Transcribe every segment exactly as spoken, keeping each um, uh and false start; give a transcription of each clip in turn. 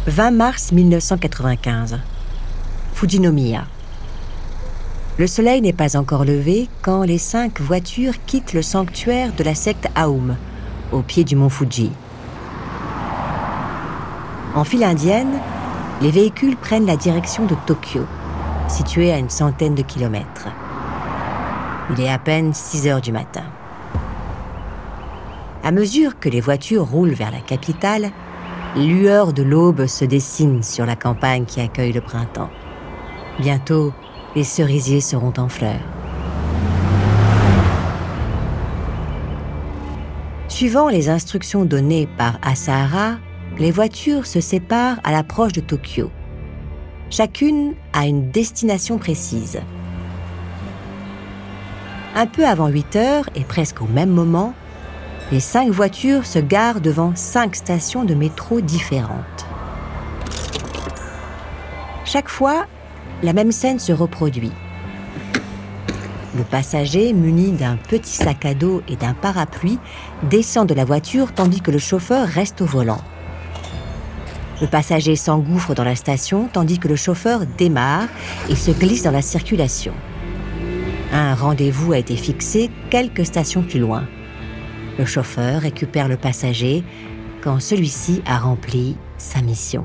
vingt mars mille neuf cent quatre-vingt-quinze. Fujinomiya. Le soleil n'est pas encore levé quand les cinq voitures quittent le sanctuaire de la secte Aum, au pied du mont Fuji. En file indienne, les véhicules prennent la direction de Tokyo, située à une centaine de kilomètres. Il est à peine six heures du matin. À mesure que les voitures roulent vers la capitale, lueurs de l'aube se dessinent sur la campagne qui accueille le printemps. Bientôt, les cerisiers seront en fleurs. Suivant les instructions données par Asahara, les voitures se séparent à l'approche de Tokyo. Chacune a une destination précise. Un peu avant huit heures et presque au même moment, les cinq voitures se garent devant cinq stations de métro différentes. Chaque fois, la même scène se reproduit. Le passager, muni d'un petit sac à dos et d'un parapluie, descend de la voiture tandis que le chauffeur reste au volant. Le passager s'engouffre dans la station tandis que le chauffeur démarre et se glisse dans la circulation. Un rendez-vous a été fixé quelques stations plus loin. Le chauffeur récupère le passager quand celui-ci a rempli sa mission.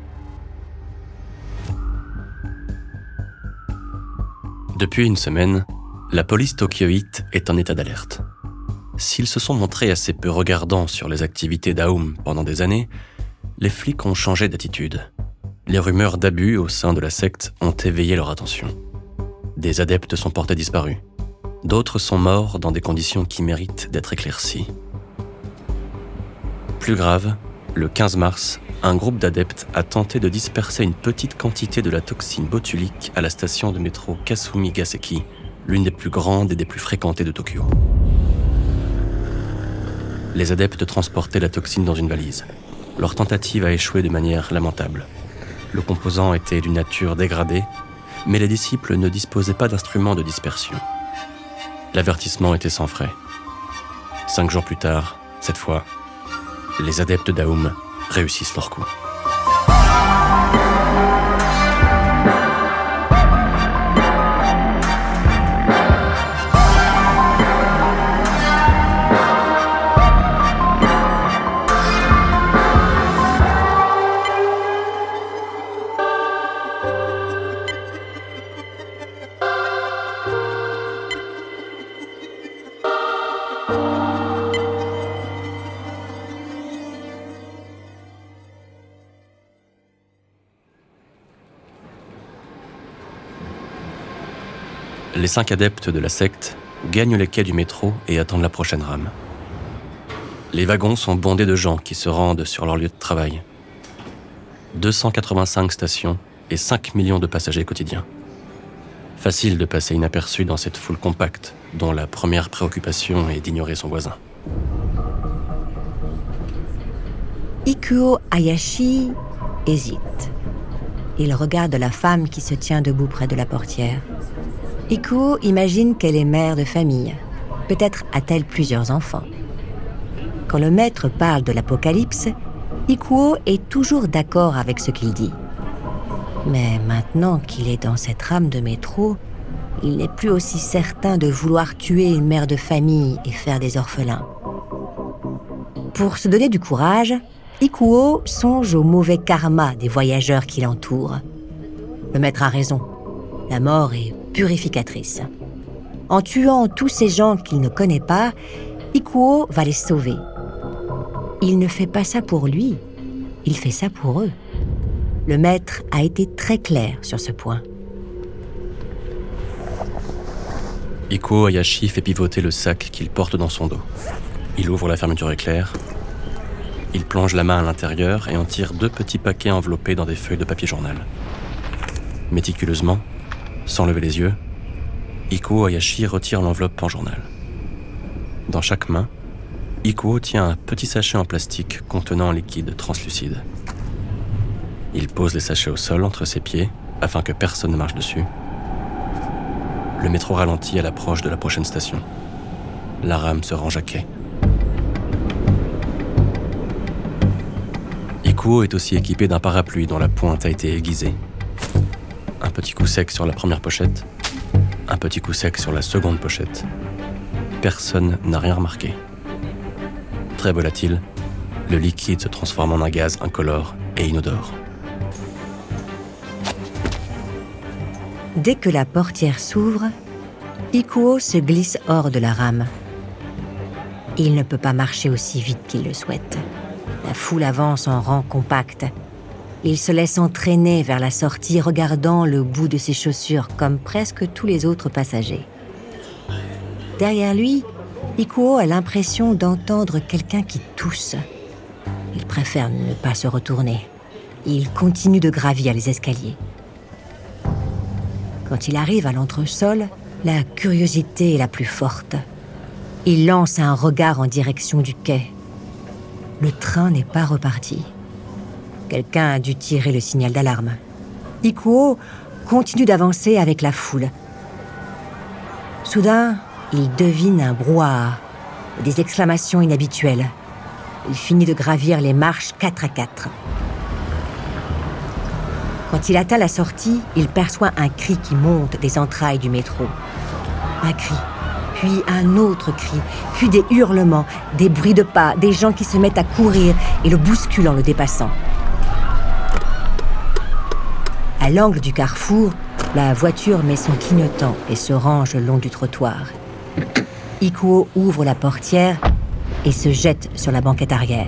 Depuis une semaine, la police tokyoïte est en état d'alerte. S'ils se sont montrés assez peu regardants sur les activités d'Aum pendant des années, les flics ont changé d'attitude. Les rumeurs d'abus au sein de la secte ont éveillé leur attention. Des adeptes sont portés disparus. D'autres sont morts dans des conditions qui méritent d'être éclaircies. Plus grave, le quinze mars, un groupe d'adeptes a tenté de disperser une petite quantité de la toxine botulique à la station de métro Kasumi-Gaseki, l'une des plus grandes et des plus fréquentées de Tokyo. Les adeptes transportaient la toxine dans une valise. Leur tentative a échoué de manière lamentable. Le composant était d'une nature dégradée, mais les disciples ne disposaient pas d'instruments de dispersion. L'avertissement était sans frais. Cinq jours plus tard, cette fois, les adeptes d'Aum réussissent leur coup. Les cinq adeptes de la secte gagnent les quais du métro et attendent la prochaine rame. Les wagons sont bondés de gens qui se rendent sur leur lieu de travail. deux cent quatre-vingt-cinq stations et cinq millions de passagers quotidiens. Facile de passer inaperçu dans cette foule compacte dont la première préoccupation est d'ignorer son voisin. Ikuo Hayashi hésite. Il regarde la femme qui se tient debout près de la portière. Ikuo imagine qu'elle est mère de famille. Peut-être a-t-elle plusieurs enfants. Quand le maître parle de l'apocalypse, Ikuo est toujours d'accord avec ce qu'il dit. Mais maintenant qu'il est dans cette rame de métro, il n'est plus aussi certain de vouloir tuer une mère de famille et faire des orphelins. Pour se donner du courage, Ikuo songe au mauvais karma des voyageurs qui l'entourent. Le maître a raison. La mort est purificatrice. En tuant tous ces gens qu'il ne connaît pas, Ikuo va les sauver. Il ne fait pas ça pour lui, il fait ça pour eux. Le maître a été très clair sur ce point. Ikuo Hayashi fait pivoter le sac qu'il porte dans son dos. Il ouvre la fermeture éclair. Il plonge la main à l'intérieur et en tire deux petits paquets enveloppés dans des feuilles de papier journal. Méticuleusement, sans lever les yeux, Ikuo Hayashi retire l'enveloppe en journal. Dans chaque main, Ikuo tient un petit sachet en plastique contenant un liquide translucide. Il pose les sachets au sol entre ses pieds afin que personne ne marche dessus. Le métro ralentit à l'approche de la prochaine station. La rame se range à quai. Ikuo est aussi équipé d'un parapluie dont la pointe a été aiguisée. Un petit coup sec sur la première pochette, un petit coup sec sur la seconde pochette. Personne n'a rien remarqué. Très volatile, le liquide se transforme en un gaz incolore et inodore. Dès que la portière s'ouvre, Ikuo se glisse hors de la rame. Il ne peut pas marcher aussi vite qu'il le souhaite. La foule avance en rang compact. Il se laisse entraîner vers la sortie, regardant le bout de ses chaussures comme presque tous les autres passagers. Derrière lui, Ikuo a l'impression d'entendre quelqu'un qui tousse. Il préfère ne pas se retourner. Il continue de gravir les escaliers. Quand il arrive à l'entresol, la curiosité est la plus forte. Il lance un regard en direction du quai. Le train n'est pas reparti. Quelqu'un a dû tirer le signal d'alarme. Ikuo continue d'avancer avec la foule. Soudain, il devine un brouhaha, des exclamations inhabituelles. Il finit de gravir les marches quatre à quatre. Quand il atteint la sortie, il perçoit un cri qui monte des entrailles du métro. Un cri, puis un autre cri, puis des hurlements, des bruits de pas, des gens qui se mettent à courir et le bousculent en le dépassant. À l'angle du carrefour, la voiture met son clignotant et se range le long du trottoir. Ikuo ouvre la portière et se jette sur la banquette arrière.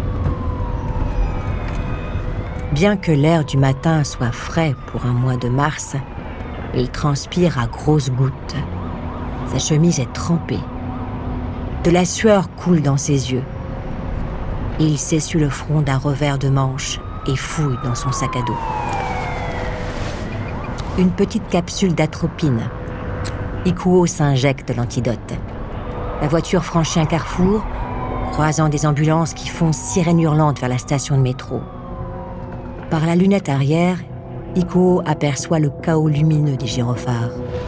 Bien que l'air du matin soit frais pour un mois de mars, il transpire à grosses gouttes. Sa chemise est trempée. De la sueur coule dans ses yeux. Il s'essuie le front d'un revers de manche et fouille dans son sac à dos. Une petite capsule d'atropine. Ikuo s'injecte l'antidote. La voiture franchit un carrefour, croisant des ambulances qui font sirène hurlante vers la station de métro. Par la lunette arrière, Ikuo aperçoit le chaos lumineux des gyrophares.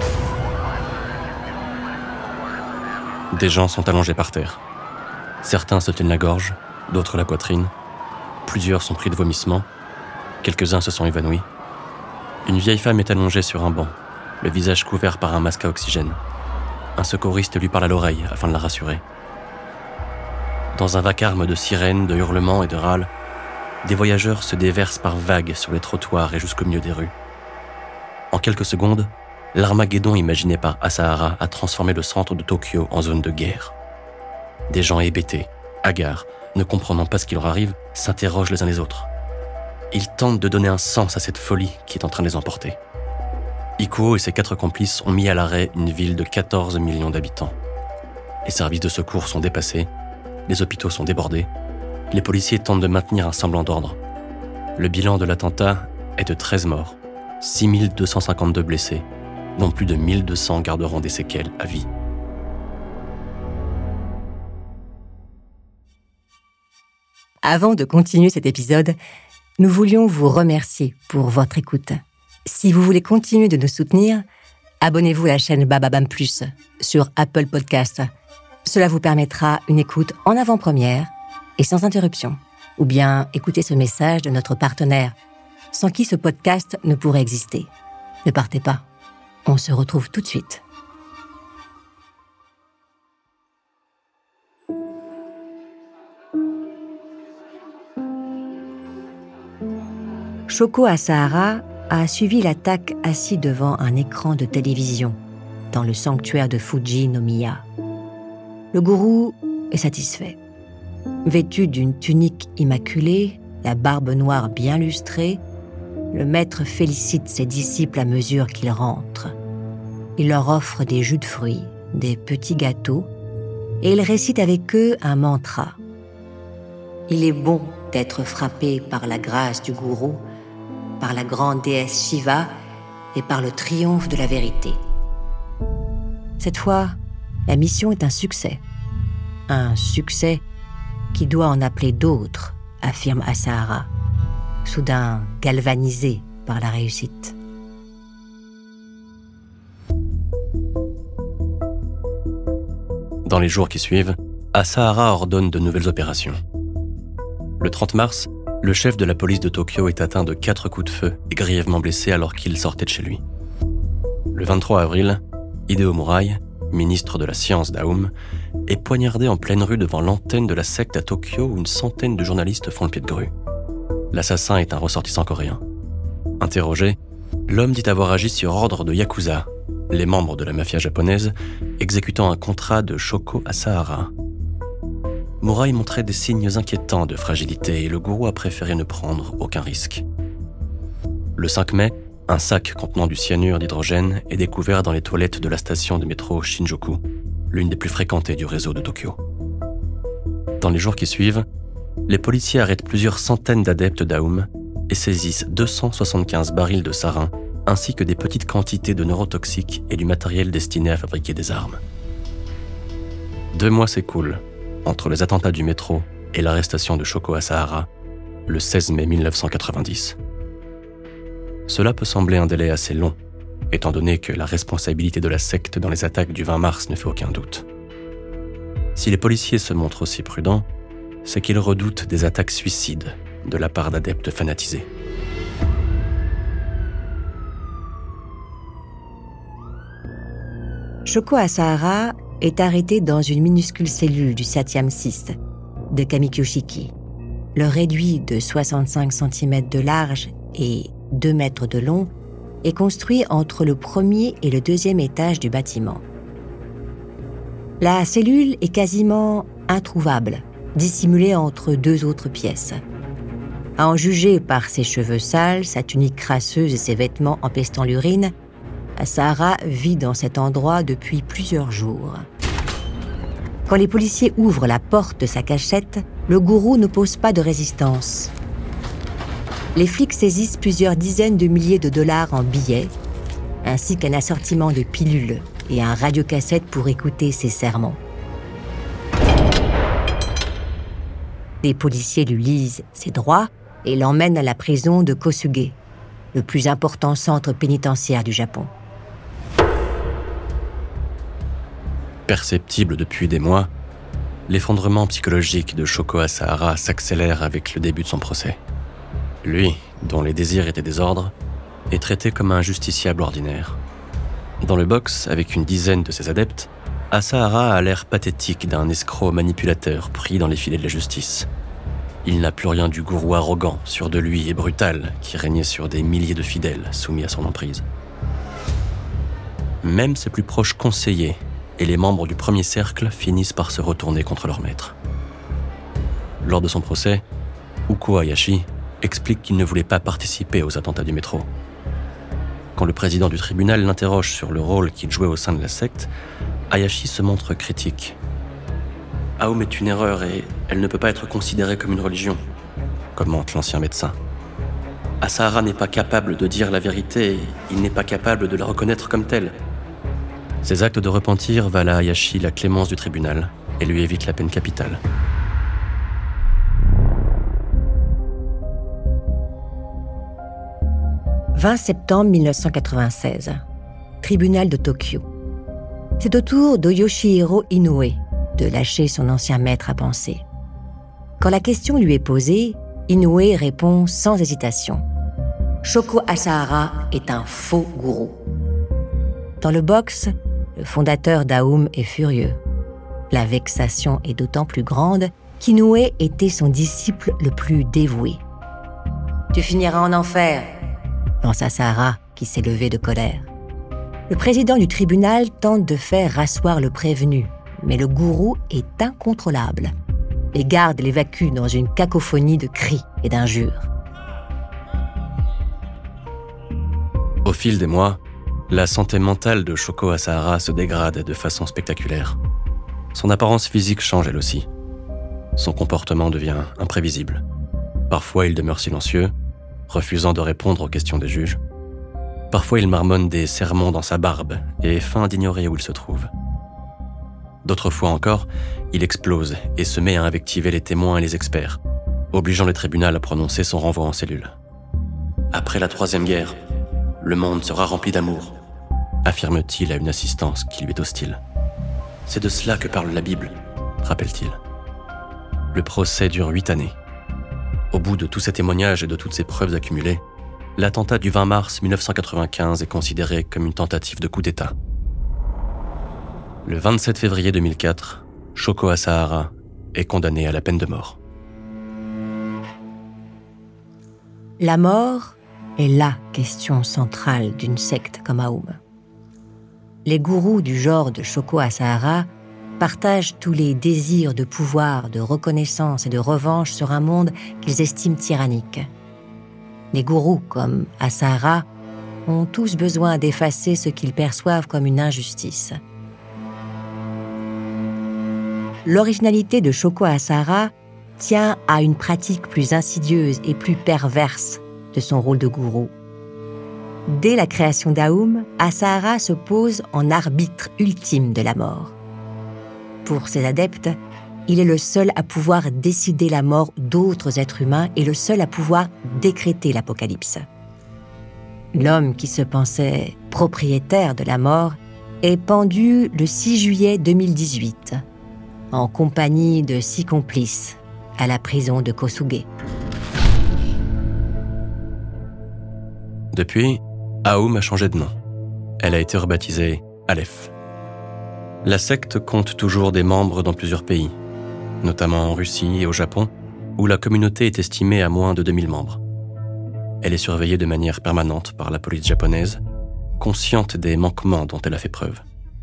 Des gens sont allongés par terre. Certains se tiennent la gorge, d'autres la poitrine. Plusieurs sont pris de vomissements. Quelques-uns se sont évanouis. Une vieille femme est allongée sur un banc, le visage couvert par un masque à oxygène. Un secouriste lui parle à l'oreille afin de la rassurer. Dans un vacarme de sirènes, de hurlements et de râles, des voyageurs se déversent par vagues sur les trottoirs et jusqu'au milieu des rues. En quelques secondes, l'Armageddon imaginé par Asahara a transformé le centre de Tokyo en zone de guerre. Des gens hébétés, hagards, ne comprenant pas ce qui leur arrive, s'interrogent les uns les autres. Ils tentent de donner un sens à cette folie qui est en train de les emporter. Ikuo et ses quatre complices ont mis à l'arrêt une ville de quatorze millions d'habitants. Les services de secours sont dépassés, les hôpitaux sont débordés, les policiers tentent de maintenir un semblant d'ordre. Le bilan de l'attentat est de treize morts, six mille deux cent cinquante-deux blessés, dont plus de mille deux cents garderont des séquelles à vie. Avant de continuer cet épisode, nous voulions vous remercier pour votre écoute. Si vous voulez continuer de nous soutenir, abonnez-vous à la chaîne Bababam Plus sur Apple Podcasts. Cela vous permettra une écoute en avant-première et sans interruption. Ou bien écoutez ce message de notre partenaire, sans qui ce podcast ne pourrait exister. Ne partez pas. On se retrouve tout de suite. Shoko Asahara a suivi l'attaque assis devant un écran de télévision dans le sanctuaire de Fuji no Miya. Le gourou est satisfait. Vêtu d'une tunique immaculée, la barbe noire bien lustrée, le maître félicite ses disciples à mesure qu'ils rentrent. Il leur offre des jus de fruits, des petits gâteaux, et il récite avec eux un mantra. Il est bon d'être frappé par la grâce du gourou, par la grande déesse Shiva et par le triomphe de la vérité. Cette fois, la mission est un succès. Un succès qui doit en appeler d'autres, affirme Asahara, soudain galvanisé par la réussite. Dans les jours qui suivent, Asahara ordonne de nouvelles opérations. Le trente mars, Le chef de la police de Tokyo est atteint de quatre coups de feu et grièvement blessé alors qu'il sortait de chez lui. Le vingt-trois avril, Hideo Murai, ministre de la Science d'Aum, est poignardé en pleine rue devant l'antenne de la secte à Tokyo où une centaine de journalistes font le pied de grue. L'assassin est un ressortissant coréen. Interrogé, l'homme dit avoir agi sur ordre de Yakuza, les membres de la mafia japonaise, exécutant un contrat de Shoko Asahara. Murai montrait des signes inquiétants de fragilité et le gourou a préféré ne prendre aucun risque. Le cinq mai, un sac contenant du cyanure d'hydrogène est découvert dans les toilettes de la station de métro Shinjuku, l'une des plus fréquentées du réseau de Tokyo. Dans les jours qui suivent, les policiers arrêtent plusieurs centaines d'adeptes d'Aum et saisissent deux cent soixante-quinze barils de sarin ainsi que des petites quantités de neurotoxiques et du matériel destiné à fabriquer des armes. Deux mois s'écoulent entre les attentats du métro et l'arrestation de Shoko Asahara, le seize mai mille neuf cent quatre-vingt-dix. Cela peut sembler un délai assez long, étant donné que la responsabilité de la secte dans les attaques du vingt mars ne fait aucun doute. Si les policiers se montrent aussi prudents, c'est qu'ils redoutent des attaques suicides de la part d'adeptes fanatisés. Shoko Asahara est arrêté dans une minuscule cellule du septième six de Kamikyoshiki. Le réduit de soixante-cinq centimètres de large et deux mètres de long est construit entre le premier et le deuxième étage du bâtiment. La cellule est quasiment introuvable, dissimulée entre deux autres pièces. À en juger par ses cheveux sales, sa tunique crasseuse et ses vêtements empestant l'urine, Asahara vit dans cet endroit depuis plusieurs jours. Quand les policiers ouvrent la porte de sa cachette, le gourou ne pose pas de résistance. Les flics saisissent plusieurs dizaines de milliers de dollars en billets, ainsi qu'un assortiment de pilules et un radiocassette pour écouter ses sermons. Les policiers lui lisent ses droits et l'emmènent à la prison de Kosuge, le plus important centre pénitentiaire du Japon. Perceptible depuis des mois, l'effondrement psychologique de Shoko Asahara s'accélère avec le début de son procès. Lui, dont les désirs étaient désordres, est traité comme un justiciable ordinaire. Dans le box, avec une dizaine de ses adeptes, Asahara a l'air pathétique d'un escroc manipulateur pris dans les filets de la justice. Il n'a plus rien du gourou arrogant, sûr de lui et brutal, qui régnait sur des milliers de fidèles soumis à son emprise. Même ses plus proches conseillers et les membres du premier cercle finissent par se retourner contre leur maître. Lors de son procès, Uko Hayashi explique qu'il ne voulait pas participer aux attentats du métro. Quand le président du tribunal l'interroge sur le rôle qu'il jouait au sein de la secte, Hayashi se montre critique. Aum est une erreur et elle ne peut pas être considérée comme une religion, commente l'ancien médecin. Asahara n'est pas capable de dire la vérité et il n'est pas capable de la reconnaître comme telle. Ses actes de repentir valent à Hayashi la clémence du tribunal et lui évitent la peine capitale. vingt septembre mille neuf cent quatre-vingt-seize. Tribunal de Tokyo. C'est au tour de Yoshihiro Inoue de lâcher son ancien maître à penser. Quand la question lui est posée, Inoue répond sans hésitation. Shoko Asahara est un faux gourou. Dans le box, le fondateur d'Aum est furieux. La vexation est d'autant plus grande qu'Inoue était son disciple le plus dévoué. « Tu finiras en enfer !» lance Asahara, qui s'est levé de colère. Le président du tribunal tente de faire rasseoir le prévenu, mais le gourou est incontrôlable. Les gardes l'évacuent dans une cacophonie de cris et d'injures. Au fil des mois, la santé mentale de Shoko Asahara se dégrade de façon spectaculaire. Son apparence physique change elle aussi. Son comportement devient imprévisible. Parfois, il demeure silencieux, refusant de répondre aux questions des juges. Parfois, il marmonne des sermons dans sa barbe et feint d'ignorer où il se trouve. D'autres fois encore, il explose et se met à invectiver les témoins et les experts, obligeant le tribunal à prononcer son renvoi en cellule. « Après la Troisième Guerre, le monde sera rempli d'amour », affirme-t-il à une assistance qui lui est hostile. « C'est de cela que parle la Bible », rappelle-t-il. Le procès dure huit années. Au bout de tous ces témoignages et de toutes ces preuves accumulées, l'attentat du vingt mars mille neuf cent quatre-vingt-quinze est considéré comme une tentative de coup d'État. Le vingt-sept février deux mille quatre, Shoko Asahara est condamné à la peine de mort. La mort est la question centrale d'une secte comme Aum. Les gourous du genre de Shoko Asahara partagent tous les désirs de pouvoir, de reconnaissance et de revanche sur un monde qu'ils estiment tyrannique. Les gourous comme Asahara ont tous besoin d'effacer ce qu'ils perçoivent comme une injustice. L'originalité de Shoko Asahara tient à une pratique plus insidieuse et plus perverse de son rôle de gourou. Dès la création d'Aum, Asahara se pose en arbitre ultime de la mort. Pour ses adeptes, il est le seul à pouvoir décider la mort d'autres êtres humains et le seul à pouvoir décréter l'apocalypse. L'homme qui se pensait propriétaire de la mort est pendu le six juillet deux mille dix-huit, en compagnie de six complices, à la prison de Kosuge. Depuis, Aum a changé de nom. Elle a été rebaptisée Aleph. La secte compte toujours des membres dans plusieurs pays, notamment en Russie et au Japon, où la communauté est estimée à moins de deux mille membres. Elle est surveillée de manière permanente par la police japonaise, consciente des manquements dont elle a fait preuve.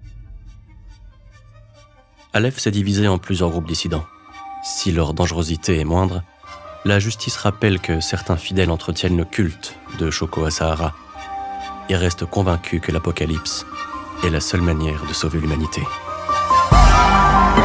Aleph s'est divisée en plusieurs groupes dissidents. Si leur dangerosité est moindre, la justice rappelle que certains fidèles entretiennent le culte de Shoko Asahara et restent convaincus que l'apocalypse est la seule manière de sauver l'humanité.